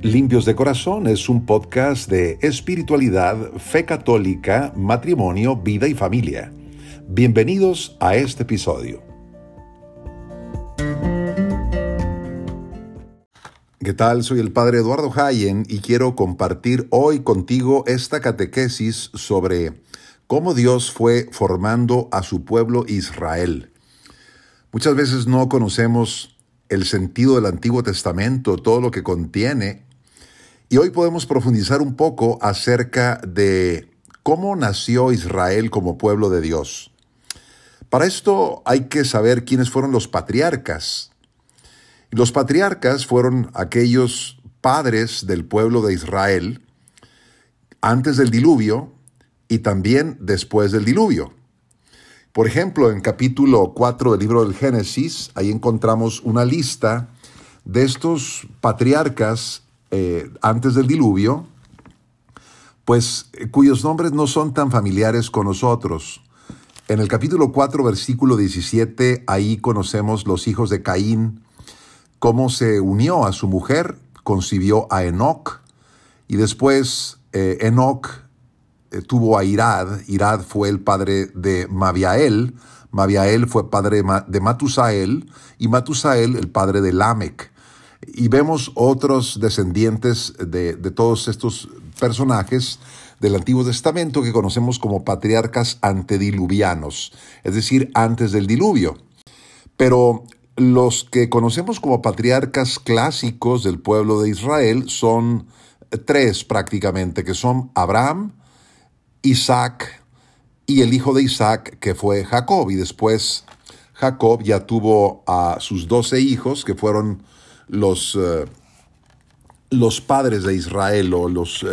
Limpios de Corazón es un podcast de espiritualidad, fe católica, matrimonio, vida y familia. Bienvenidos a este episodio. ¿Qué tal? Soy el Padre Eduardo Jayen y quiero compartir hoy contigo esta catequesis sobre cómo Dios fue formando a su pueblo Israel. Muchas veces no conocemos el sentido del Antiguo Testamento, todo lo que contiene, y hoy podemos profundizar un poco acerca de cómo nació Israel como pueblo de Dios. Para esto hay que saber quiénes fueron los patriarcas. Los patriarcas fueron aquellos padres del pueblo de Israel antes del diluvio y también después del diluvio. Por ejemplo, en capítulo 4 del libro del Génesis, ahí encontramos una lista de estos patriarcas antes del diluvio, pues cuyos nombres no son tan familiares con nosotros. En el capítulo 4, versículo 17, ahí conocemos los hijos de Caín, cómo se unió a su mujer, concibió a Enoc, y después Enoc tuvo a Irad. Irad fue el padre de Mabiael. Mabiael fue padre de Matusael, y Matusael el padre de Lamec. Y vemos otros descendientes de todos estos personajes del Antiguo Testamento que conocemos como patriarcas antediluvianos, es decir, antes del diluvio. Pero los que conocemos como patriarcas clásicos del pueblo de Israel son tres prácticamente, que son Abraham, Isaac y el hijo de Isaac, que fue Jacob. Y después Jacob ya tuvo a sus 12 hijos, que fueron los padres de Israel, o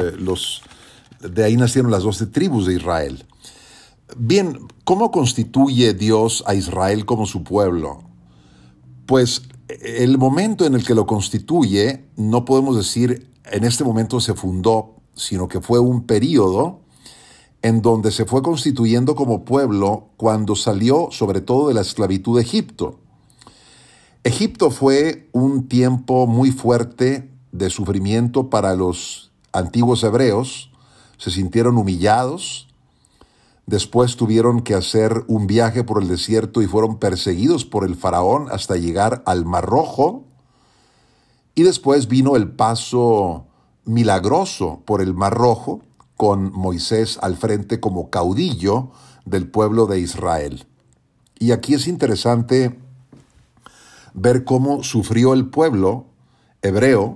de ahí nacieron las 12 tribus de Israel. Bien, ¿cómo constituye Dios a Israel como su pueblo? Pues el momento en el que lo constituye, no podemos decir en este momento se fundó, sino que fue un período en donde se fue constituyendo como pueblo cuando salió sobre todo de la esclavitud de Egipto. Egipto fue un tiempo muy fuerte de sufrimiento para los antiguos hebreos. Se sintieron humillados. Después tuvieron que hacer un viaje por el desierto y fueron perseguidos por el faraón hasta llegar al Mar Rojo. Y después vino el paso milagroso por el Mar Rojo, con Moisés al frente como caudillo del pueblo de Israel. Y aquí es interesante ver cómo sufrió el pueblo hebreo,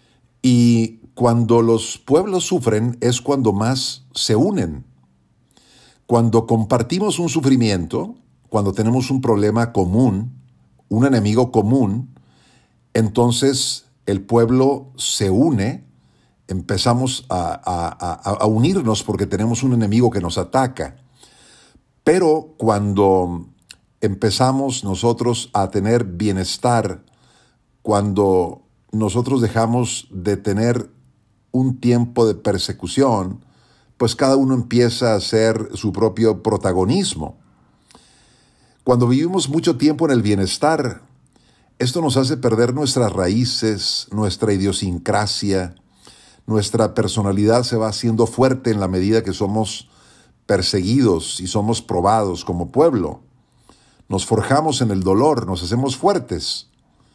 y cuando los pueblos sufren es cuando más se unen. Cuando compartimos un sufrimiento, cuando tenemos un problema común, un enemigo común, entonces el pueblo se une, empezamos a unirnos porque tenemos un enemigo que nos ataca. Pero cuando empezamos nosotros a tener bienestar, cuando nosotros dejamos de tener un tiempo de persecución, pues cada uno empieza a hacer su propio protagonismo. Cuando vivimos mucho tiempo en el bienestar, esto nos hace perder nuestras raíces, nuestra idiosincrasia, nuestra personalidad se va haciendo fuerte en la medida que somos perseguidos y somos probados como pueblo. Nos forjamos en el dolor, nos hacemos fuertes.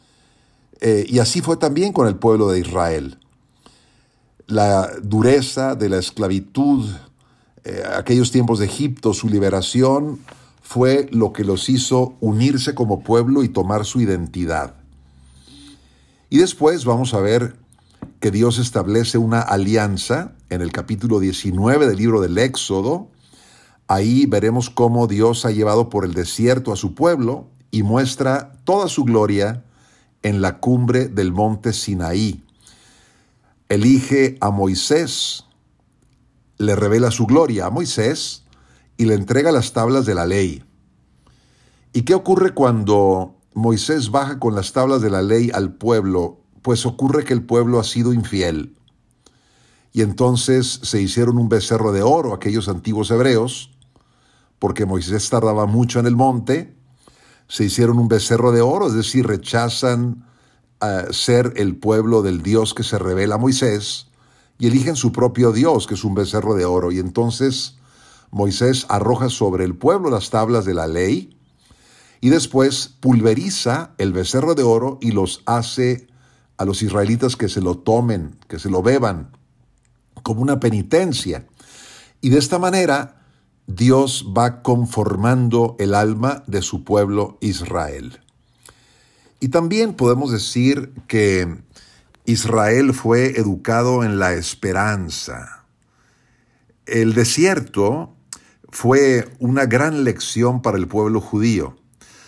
Y así fue también con el pueblo de Israel. La dureza de la esclavitud, aquellos tiempos de Egipto, su liberación, fue lo que los hizo unirse como pueblo y tomar su identidad. Y después vamos a ver que Dios establece una alianza en el capítulo 19 del libro del Éxodo. Ahí veremos cómo Dios ha llevado por el desierto a su pueblo y muestra toda su gloria en la cumbre del monte Sinaí. Elige a Moisés, le revela su gloria a Moisés y le entrega las tablas de la ley. ¿Y qué ocurre cuando Moisés baja con las tablas de la ley al pueblo? Pues ocurre que el pueblo ha sido infiel. Y entonces se hicieron un becerro de oro aquellos antiguos hebreos, porque Moisés tardaba mucho en el monte. Se hicieron un becerro de oro, es decir, rechazan ser el pueblo del Dios que se revela a Moisés y eligen su propio Dios, que es un becerro de oro. Y entonces Moisés arroja sobre el pueblo las tablas de la ley y después pulveriza el becerro de oro y los hace a los israelitas que se lo tomen, que se lo beban, como una penitencia. Y de esta manera Dios va conformando el alma de su pueblo Israel. Y también podemos decir que Israel fue educado en la esperanza. El desierto fue una gran lección para el pueblo judío.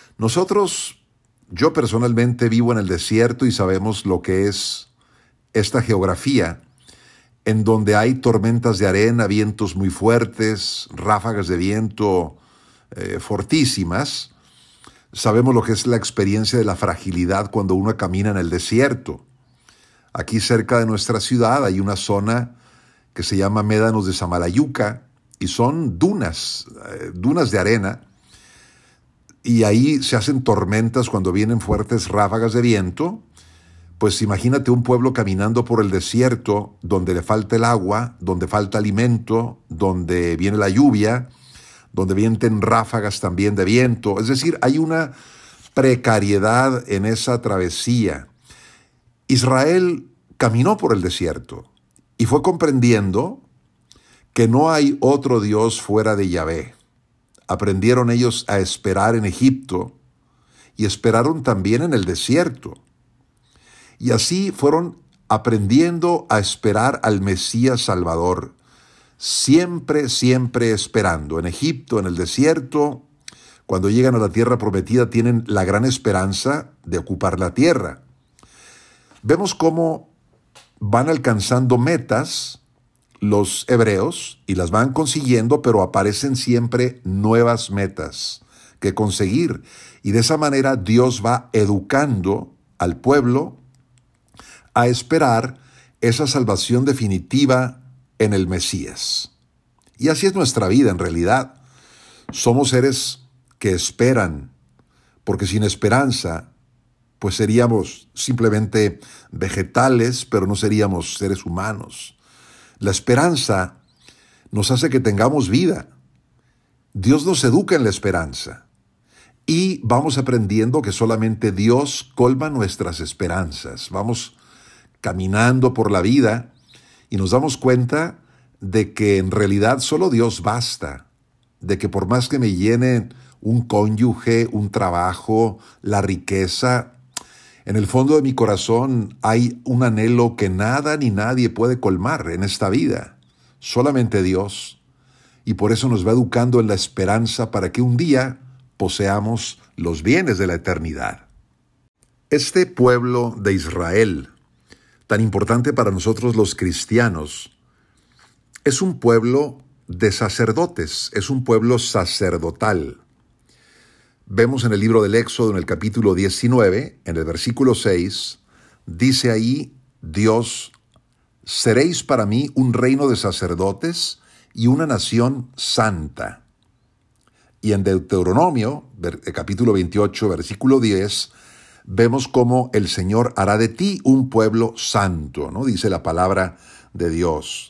Yo personalmente vivo en el desierto y sabemos lo que es esta geografía, en donde hay tormentas de arena, vientos muy fuertes, ráfagas de viento fortísimas. Sabemos lo que es la experiencia de la fragilidad cuando uno camina en el desierto. Aquí cerca de nuestra ciudad hay una zona que se llama Médanos de Samalayuca y son dunas de arena. Y ahí se hacen tormentas cuando vienen fuertes ráfagas de viento. Pues imagínate un pueblo caminando por el desierto donde le falta el agua, donde falta alimento, donde viene la lluvia, donde vienen ráfagas también de viento. Es decir, hay una precariedad en esa travesía. Israel caminó por el desierto y fue comprendiendo que no hay otro Dios fuera de Yahvé. Aprendieron ellos a esperar en Egipto y esperaron también en el desierto. Y así fueron aprendiendo a esperar al Mesías Salvador, siempre, siempre esperando. En Egipto, en el desierto, cuando llegan a la tierra prometida, tienen la gran esperanza de ocupar la tierra. Vemos cómo van alcanzando metas los hebreos y las van consiguiendo, pero aparecen siempre nuevas metas que conseguir. Y de esa manera Dios va educando al pueblo a esperar esa salvación definitiva en el Mesías. Y así es nuestra vida en realidad. Somos seres que esperan, porque sin esperanza, pues seríamos simplemente vegetales, pero no seríamos seres humanos. La esperanza nos hace que tengamos vida. Dios nos educa en la esperanza y vamos aprendiendo que solamente Dios colma nuestras esperanzas. Vamos caminando por la vida y nos damos cuenta de que en realidad solo Dios basta, de que por más que me llenen un cónyuge, un trabajo, la riqueza, en el fondo de mi corazón hay un anhelo que nada ni nadie puede colmar en esta vida, solamente Dios. Y por eso nos va educando en la esperanza para que un día poseamos los bienes de la eternidad. Este pueblo de Israel, tan importante para nosotros los cristianos, es un pueblo de sacerdotes, es un pueblo sacerdotal. Vemos en el libro del Éxodo, en el capítulo 19, en el versículo 6, dice ahí Dios: seréis para mí un reino de sacerdotes y una nación santa. Y en Deuteronomio, capítulo 28, versículo 10, vemos cómo el Señor hará de ti un pueblo santo, ¿no? Dice la palabra de Dios.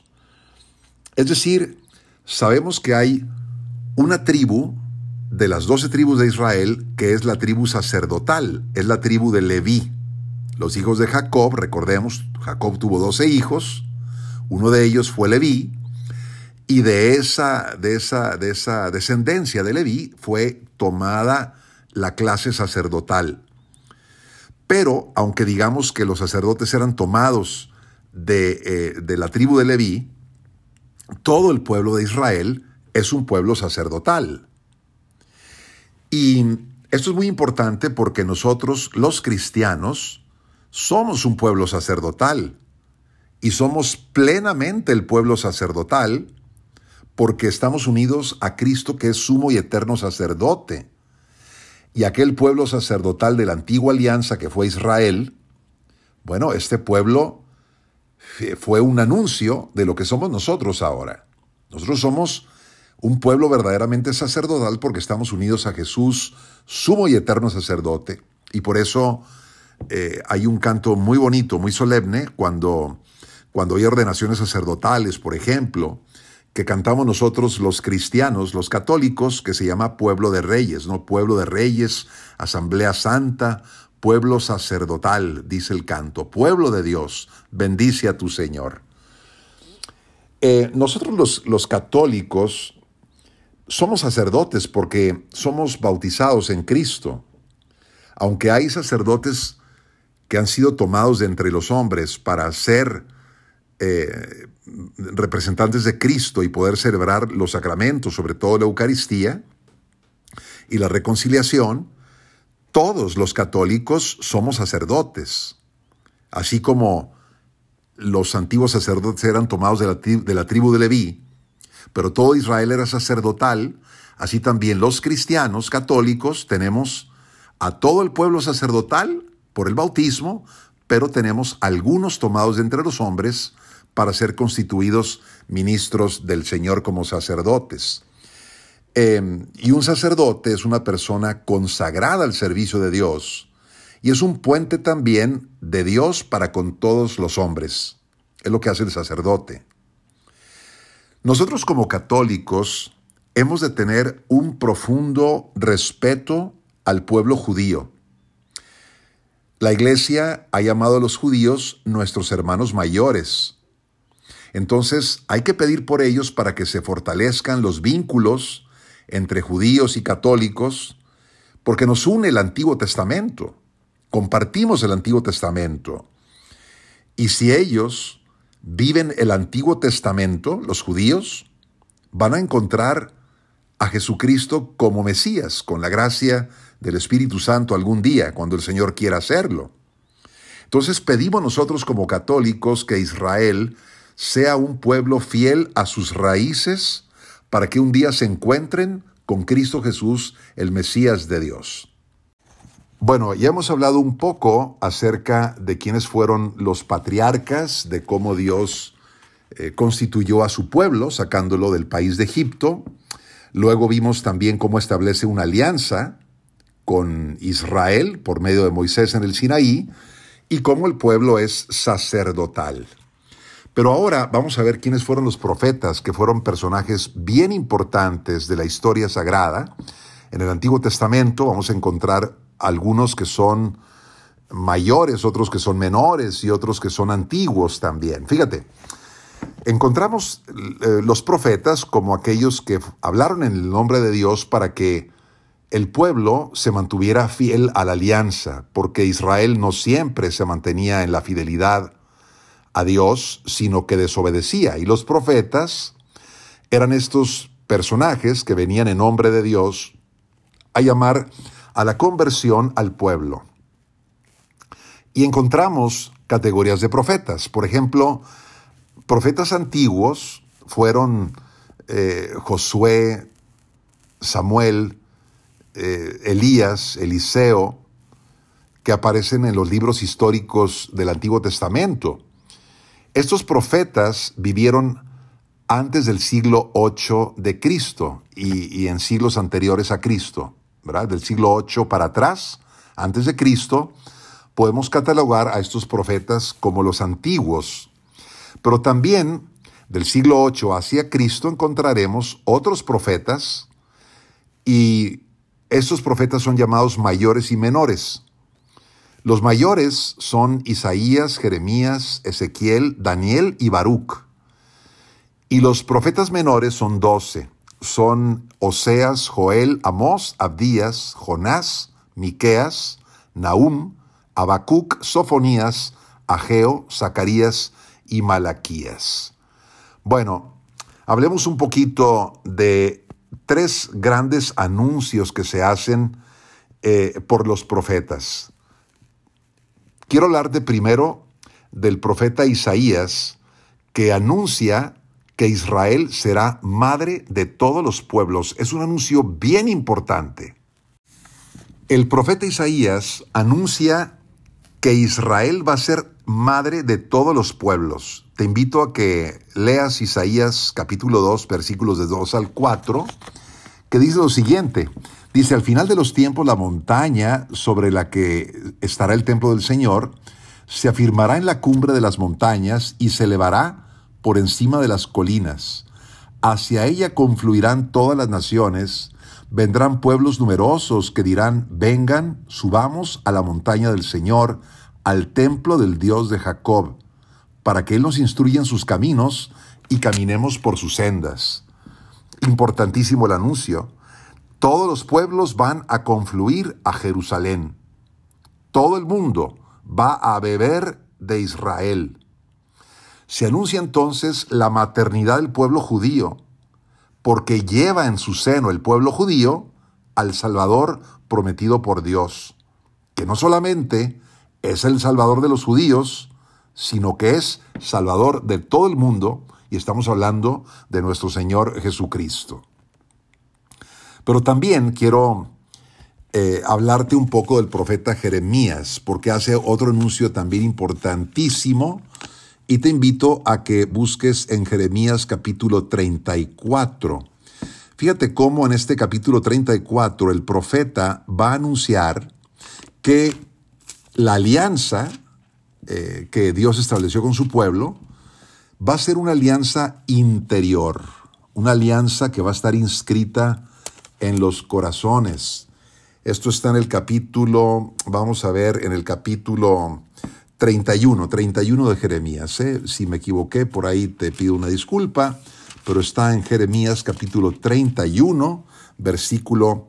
Es decir, sabemos que hay una tribu de las 12 tribus de Israel, que es la tribu sacerdotal, es la tribu de Leví. Los hijos de Jacob, recordemos, Jacob tuvo 12 hijos, uno de ellos fue Leví, y de esa descendencia de Leví fue tomada la clase sacerdotal. Pero, aunque digamos que los sacerdotes eran tomados de la tribu de Leví, todo el pueblo de Israel es un pueblo sacerdotal. Y esto es muy importante porque nosotros, los cristianos, somos un pueblo sacerdotal y somos plenamente el pueblo sacerdotal porque estamos unidos a Cristo, que es sumo y eterno sacerdote. Y aquel pueblo sacerdotal de la antigua alianza que fue Israel, bueno, este pueblo fue un anuncio de lo que somos nosotros ahora. Nosotros somos un pueblo verdaderamente sacerdotal porque estamos unidos a Jesús, sumo y eterno sacerdote, y por eso hay un canto muy bonito, muy solemne, cuando hay ordenaciones sacerdotales, por ejemplo, que cantamos nosotros los cristianos, los católicos, que se llama Pueblo de Reyes, ¿no? Pueblo de Reyes, Asamblea Santa, pueblo sacerdotal, dice el canto. Pueblo de Dios, bendice a tu Señor. Nosotros los católicos somos sacerdotes porque somos bautizados en Cristo. Aunque hay sacerdotes que han sido tomados de entre los hombres para ser representantes de Cristo y poder celebrar los sacramentos, sobre todo la Eucaristía y la reconciliación, todos los católicos somos sacerdotes. Así como los antiguos sacerdotes eran tomados de la tribu de Leví, pero todo Israel era sacerdotal, así también los cristianos católicos tenemos a todo el pueblo sacerdotal por el bautismo, pero tenemos algunos tomados de entre los hombres para ser constituidos ministros del Señor como sacerdotes. Y un sacerdote es una persona consagrada al servicio de Dios y es un puente también de Dios para con todos los hombres. Es lo que hace el sacerdote. Nosotros como católicos hemos de tener un profundo respeto al pueblo judío. La Iglesia ha llamado a los judíos nuestros hermanos mayores. Entonces hay que pedir por ellos para que se fortalezcan los vínculos entre judíos y católicos, porque nos une el Antiguo Testamento. Compartimos el Antiguo Testamento. Y si ellos viven el Antiguo Testamento, los judíos, van a encontrar a Jesucristo como Mesías, con la gracia del Espíritu Santo algún día, cuando el Señor quiera hacerlo. Entonces pedimos nosotros como católicos que Israel sea un pueblo fiel a sus raíces para que un día se encuentren con Cristo Jesús, el Mesías de Dios. Bueno, ya hemos hablado un poco acerca de quiénes fueron los patriarcas, de cómo Dios constituyó a su pueblo, sacándolo del país de Egipto. Luego vimos también cómo establece una alianza con Israel por medio de Moisés en el Sinaí y cómo el pueblo es sacerdotal. Pero ahora vamos a ver quiénes fueron los profetas, que fueron personajes bien importantes de la historia sagrada. En el Antiguo Testamento vamos a encontrar algunos que son mayores, otros que son menores y otros que son antiguos también. Fíjate, encontramos los profetas como aquellos que hablaron en el nombre de Dios para que el pueblo se mantuviera fiel a la alianza, porque Israel no siempre se mantenía en la fidelidad a Dios, sino que desobedecía. Y los profetas eran estos personajes que venían en nombre de Dios a llamar a la conversión al pueblo. Y encontramos categorías de profetas. Por ejemplo, profetas antiguos fueron Josué, Samuel, Elías, Eliseo, que aparecen en los libros históricos del Antiguo Testamento. Estos profetas vivieron antes del siglo 8 de Cristo y en siglos anteriores a Cristo, ¿verdad? Del siglo 8 para atrás, antes de Cristo, podemos catalogar a estos profetas como los antiguos. Pero también del siglo 8 hacia Cristo encontraremos otros profetas y estos profetas son llamados mayores y menores. Los mayores son Isaías, Jeremías, Ezequiel, Daniel y Baruc. Y los profetas menores son 12. Son Oseas, Joel, Amós, Abdías, Jonás, Miqueas, Nahum, Habacuc, Sofonías, Ageo, Zacarías y Malaquías. Bueno, hablemos un poquito de 3 grandes anuncios que se hacen por los profetas. Quiero hablarte primero del profeta Isaías, que anuncia que Israel será madre de todos los pueblos. Es un anuncio bien importante. El profeta Isaías anuncia que Israel va a ser madre de todos los pueblos. Te invito a que leas Isaías capítulo 2, versículos de 2 al 4, que dice lo siguiente. Dice, al final de los tiempos, la montaña sobre la que estará el templo del Señor se afirmará en la cumbre de las montañas y se elevará por encima de las colinas. Hacia ella confluirán todas las naciones, vendrán pueblos numerosos que dirán, vengan, subamos a la montaña del Señor, al templo del Dios de Jacob, para que Él nos instruya en sus caminos y caminemos por sus sendas. Importantísimo el anuncio. Todos los pueblos van a confluir a Jerusalén. Todo el mundo va a beber de Israel. Se anuncia entonces la maternidad del pueblo judío, porque lleva en su seno el pueblo judío al Salvador prometido por Dios, que no solamente es el Salvador de los judíos, sino que es Salvador de todo el mundo, y estamos hablando de nuestro Señor Jesucristo. Pero también quiero hablarte un poco del profeta Jeremías, porque hace otro anuncio también importantísimo, y te invito a que busques en Jeremías capítulo 34. Fíjate cómo en este capítulo 34 el profeta va a anunciar que la alianza que Dios estableció con su pueblo va a ser una alianza interior, una alianza que va a estar inscrita en los corazones. Esto está en el capítulo, vamos a ver, en el capítulo 31 de Jeremías. Si me equivoqué, por ahí te pido una disculpa, pero está en Jeremías capítulo 31, versículo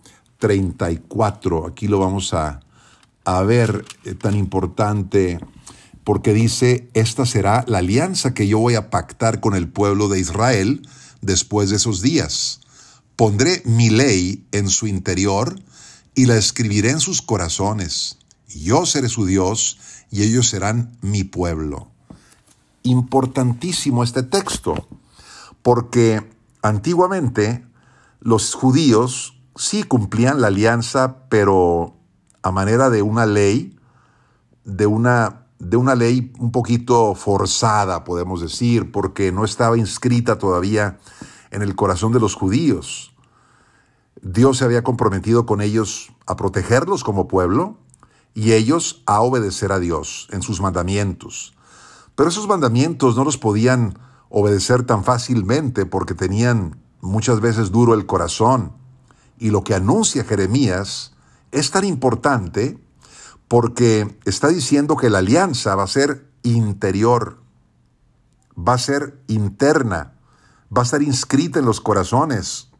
34. Aquí lo vamos a ver, tan importante, porque dice, esta será la alianza que yo voy a pactar con el pueblo de Israel después de esos días. Pondré mi ley en su interior y la escribiré en sus corazones. Yo seré su Dios y ellos serán mi pueblo. Importantísimo este texto, porque antiguamente los judíos sí cumplían la alianza, pero a manera de una ley, de una ley un poquito forzada, podemos decir, porque no estaba inscrita todavía en el corazón de los judíos. Dios se había comprometido con ellos a protegerlos como pueblo y ellos a obedecer a Dios en sus mandamientos. Pero esos mandamientos no los podían obedecer tan fácilmente porque tenían muchas veces duro el corazón. Y lo que anuncia Jeremías es tan importante porque está diciendo que la alianza va a ser interior, va a ser interna, va a estar inscrita en los corazones.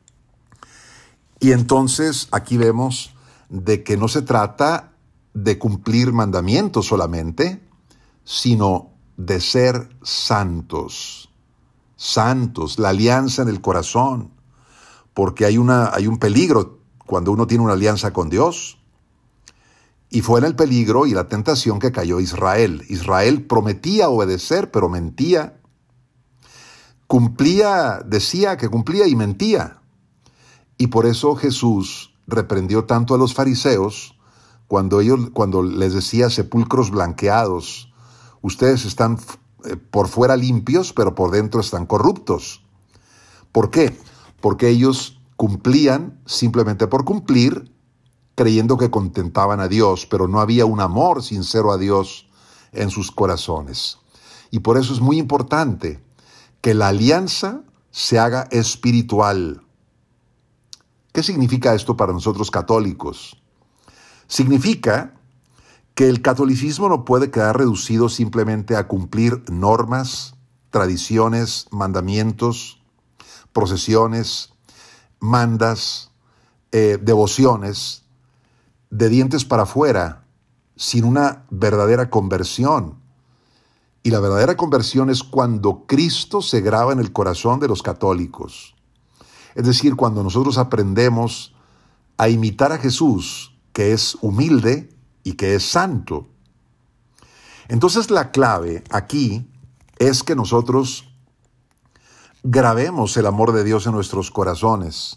Y entonces aquí vemos de que no se trata de cumplir mandamientos solamente, sino de ser santos. Santos, la alianza en el corazón. Porque hay un peligro cuando uno tiene una alianza con Dios. Y fue en el peligro y la tentación que cayó Israel. Israel prometía obedecer, pero mentía. Decía que cumplía y mentía. Y por eso Jesús reprendió tanto a los fariseos cuando les decía sepulcros blanqueados. Ustedes están por fuera limpios, pero por dentro están corruptos. ¿Por qué? Porque ellos cumplían simplemente por cumplir, creyendo que contentaban a Dios, pero no había un amor sincero a Dios en sus corazones. Y por eso es muy importante que la alianza se haga espiritual. ¿Qué significa esto para nosotros católicos? Significa que el catolicismo no puede quedar reducido simplemente a cumplir normas, tradiciones, mandamientos, procesiones, mandas, devociones, de dientes para afuera, sin una verdadera conversión. Y la verdadera conversión es cuando Cristo se graba en el corazón de los católicos. Es decir, cuando nosotros aprendemos a imitar a Jesús, que es humilde y que es santo. Entonces la clave aquí es que nosotros grabemos el amor de Dios en nuestros corazones,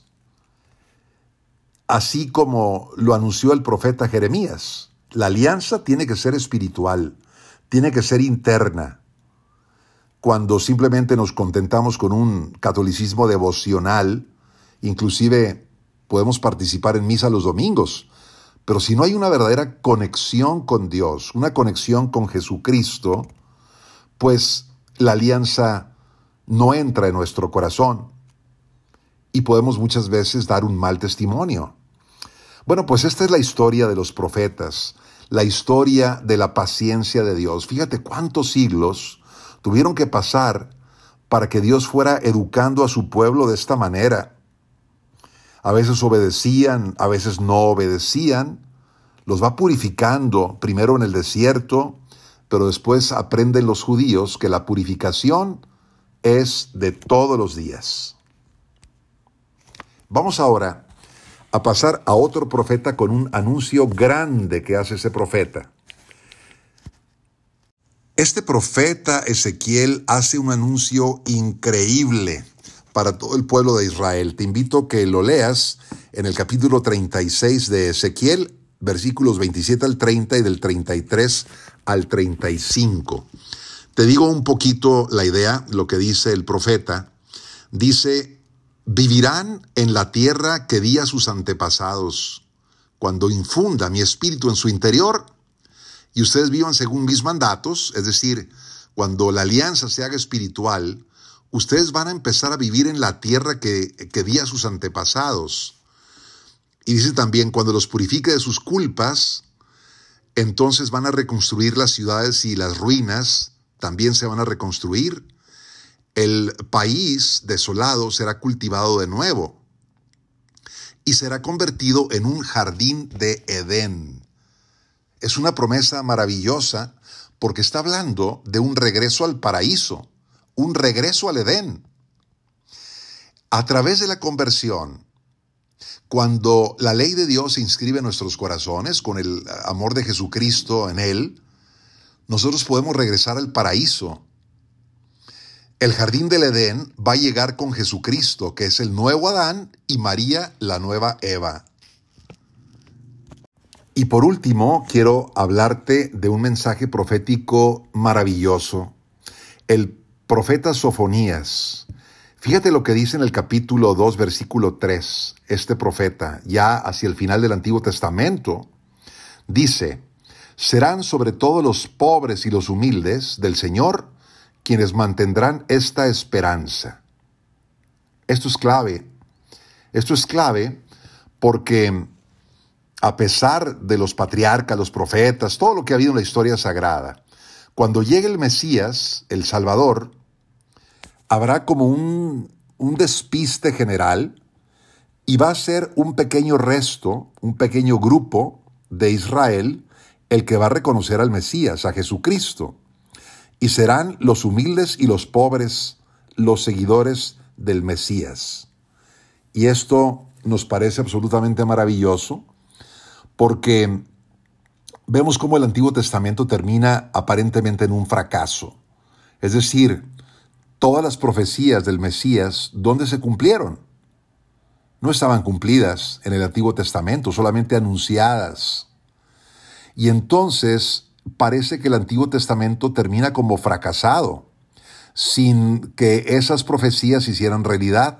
así como lo anunció el profeta Jeremías. La alianza tiene que ser espiritual, tiene que ser interna. Cuando simplemente nos contentamos con un catolicismo devocional, inclusive podemos participar en misa los domingos, pero si no hay una verdadera conexión con Dios, una conexión con Jesucristo, pues la alianza no entra en nuestro corazón y podemos muchas veces dar un mal testimonio. Bueno, pues esta es la historia de los profetas, la historia de la paciencia de Dios. Fíjate cuántos siglos tuvieron que pasar para que Dios fuera educando a su pueblo de esta manera. A veces obedecían, a veces no obedecían. Los va purificando primero en el desierto, pero después aprenden los judíos que la purificación es de todos los días. Vamos ahora a pasar a otro profeta con un anuncio grande que hace ese profeta. Este profeta Ezequiel hace un anuncio increíble para todo el pueblo de Israel. Te invito a que lo leas en el capítulo 36 de Ezequiel, versículos 27 al 30 y del 33 al 35. Te digo un poquito la idea, lo que dice el profeta. Dice: vivirán en la tierra que di a sus antepasados, cuando infunda mi espíritu en su interior y ustedes vivan según mis mandatos, es decir, cuando la alianza se haga espiritual, ustedes van a empezar a vivir en la tierra que di a sus antepasados. Y dice también, cuando los purifique de sus culpas, entonces van a reconstruir las ciudades y las ruinas también se van a reconstruir. El país desolado será cultivado de nuevo y será convertido en un jardín de Edén. Es una promesa maravillosa porque está hablando de un regreso al paraíso, un regreso al Edén. A través de la conversión, cuando la ley de Dios se inscribe en nuestros corazones, con el amor de Jesucristo en él, nosotros podemos regresar al paraíso. El jardín del Edén va a llegar con Jesucristo, que es el nuevo Adán, y María, la nueva Eva. Y por último, quiero hablarte de un mensaje profético maravilloso. El profeta Sofonías. Fíjate lo que dice en el capítulo 2, versículo 3, este profeta, ya hacia el final del Antiguo Testamento, dice: serán sobre todo los pobres y los humildes del Señor quienes mantendrán esta esperanza. Esto es clave. Esto es clave porque a pesar de los patriarcas, los profetas, todo lo que ha habido en la historia sagrada, cuando llegue el Mesías, el Salvador, habrá como un despiste general y va a ser un pequeño resto, un pequeño grupo de Israel el que va a reconocer al Mesías, a Jesucristo. Y serán los humildes y los pobres los seguidores del Mesías. Y esto nos parece absolutamente maravilloso porque vemos cómo el Antiguo Testamento termina aparentemente en un fracaso. Es decir, todas las profecías del Mesías, ¿dónde se cumplieron? No estaban cumplidas en el Antiguo Testamento, solamente anunciadas. Y entonces parece que el Antiguo Testamento termina como fracasado, sin que esas profecías se hicieran realidad.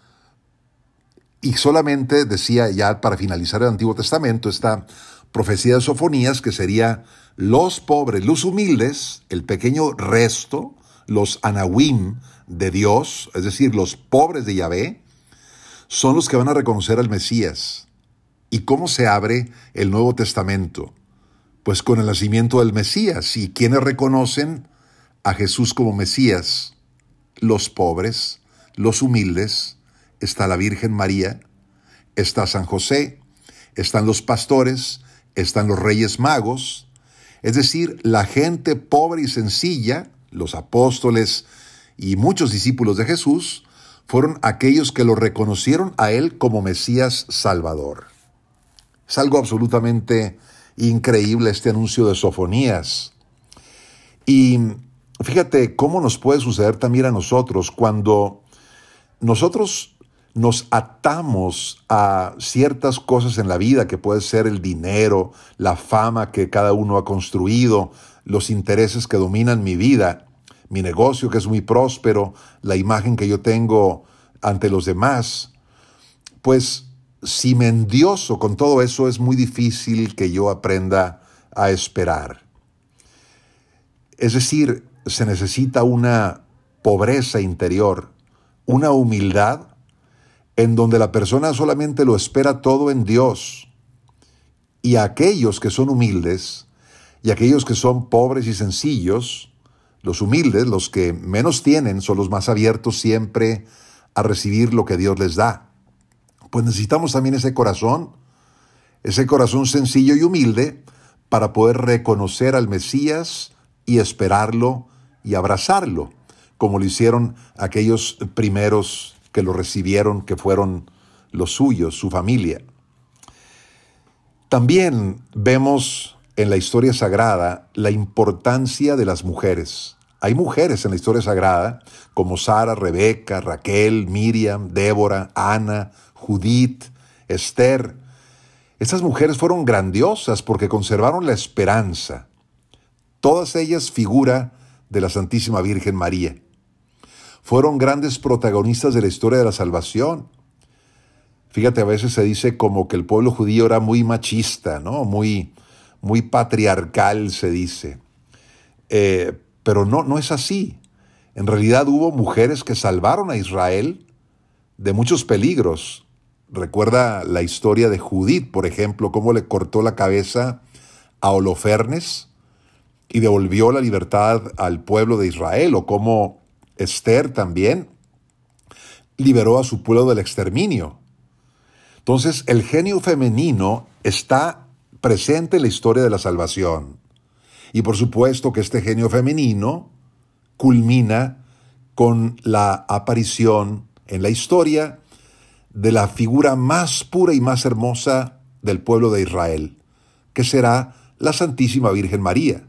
Y solamente decía ya para finalizar el Antiguo Testamento esta profecía de Sofonías, que sería los pobres, los humildes, el pequeño resto, los anahuim de Dios, es decir, los pobres de Yahvé, son los que van a reconocer al Mesías. ¿Y cómo se abre el Nuevo Testamento? Pues con el nacimiento del Mesías. ¿Y quiénes reconocen a Jesús como Mesías? Los pobres, los humildes. Está la Virgen María, está San José, están los pastores, están los Reyes Magos. Es decir, la gente pobre y sencilla, los apóstoles y muchos discípulos de Jesús, fueron aquellos que lo reconocieron a él como Mesías Salvador. Es algo absolutamente increíble este anuncio de Sofonías. Y fíjate cómo nos puede suceder también a nosotros cuando nosotros nos atamos a ciertas cosas en la vida, que puede ser el dinero, la fama que cada uno ha construido, los intereses que dominan mi vida, mi negocio que es muy próspero, la imagen que yo tengo ante los demás. Pues si me endioso con todo eso, es muy difícil que yo aprenda a esperar. Es decir, se necesita una pobreza interior, una humildad en donde la persona solamente lo espera todo en Dios. Y aquellos que son humildes y aquellos que son pobres y sencillos, los humildes, los que menos tienen, son los más abiertos siempre a recibir lo que Dios les da. Pues necesitamos también ese corazón sencillo y humilde para poder reconocer al Mesías y esperarlo y abrazarlo, como lo hicieron aquellos primeros que lo recibieron, que fueron los suyos, su familia. También vemos en la historia sagrada la importancia de las mujeres. Hay mujeres en la historia sagrada como Sara, Rebeca, Raquel, Miriam, Débora, Ana, Judith, Esther. Estas mujeres fueron grandiosas porque conservaron la esperanza. Todas ellas figura de la Santísima Virgen María. Fueron grandes protagonistas de la historia de la salvación. Fíjate, a veces se dice como que el pueblo judío era muy machista, ¿no? Muy patriarcal, se dice. Pero no es así. En realidad hubo mujeres que salvaron a Israel de muchos peligros. Recuerda la historia de Judith, por ejemplo, cómo le cortó la cabeza a Holofernes y devolvió la libertad al pueblo de Israel, o cómo Esther también liberó a su pueblo del exterminio. Entonces, el genio femenino está presente en la historia de la salvación. Y por supuesto que este genio femenino culmina con la aparición en la historia de la figura más pura y más hermosa del pueblo de Israel, que será la Santísima Virgen María.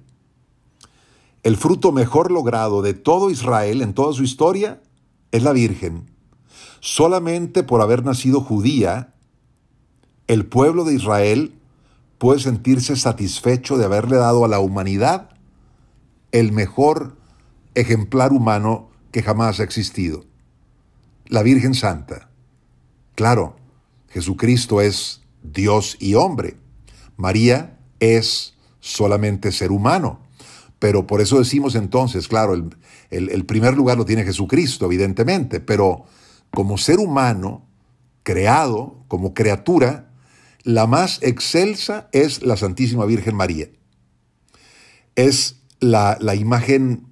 El fruto mejor logrado de todo Israel en toda su historia es la Virgen. Solamente por haber nacido judía, el pueblo de Israel puede sentirse satisfecho de haberle dado a la humanidad el mejor ejemplar humano que jamás ha existido, la Virgen Santa. Claro, Jesucristo es Dios y hombre. María es solamente ser humano. Pero por eso decimos entonces, claro, el primer lugar lo tiene Jesucristo, evidentemente, pero como ser humano, creado, como criatura, la más excelsa es la Santísima Virgen María. Es la imagen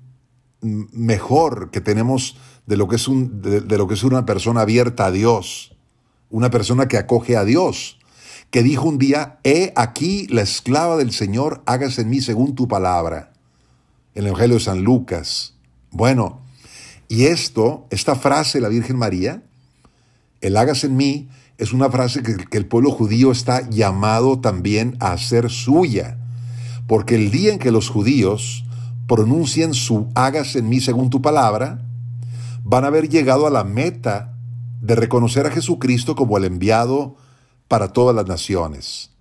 mejor que tenemos de lo que es una persona abierta a Dios, una persona que acoge a Dios, que dijo un día: «He aquí la esclava del Señor, hágase en mí según tu palabra», en el Evangelio de San Lucas. Bueno, y esta frase de la Virgen María, el hágase en mí, es una frase que el pueblo judío está llamado también a hacer suya, porque el día en que los judíos pronuncien su hágase en mí según tu palabra, van a haber llegado a la meta de reconocer a Jesucristo como el enviado para todas las naciones.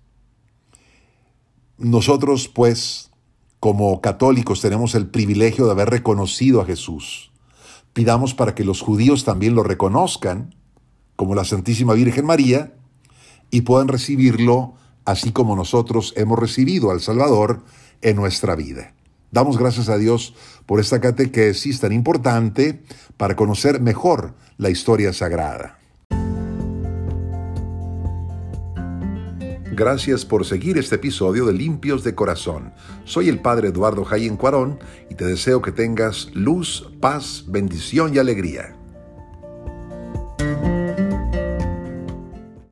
Nosotros, pues, como católicos, tenemos el privilegio de haber reconocido a Jesús. Pidamos para que los judíos también lo reconozcan como la Santísima Virgen María y puedan recibirlo así como nosotros hemos recibido al Salvador en nuestra vida. Damos gracias a Dios por esta catequesis tan importante para conocer mejor la historia sagrada. Gracias por seguir este episodio de Limpios de Corazón. Soy el Padre Eduardo Jayen Cuarón y te deseo que tengas luz, paz, bendición y alegría.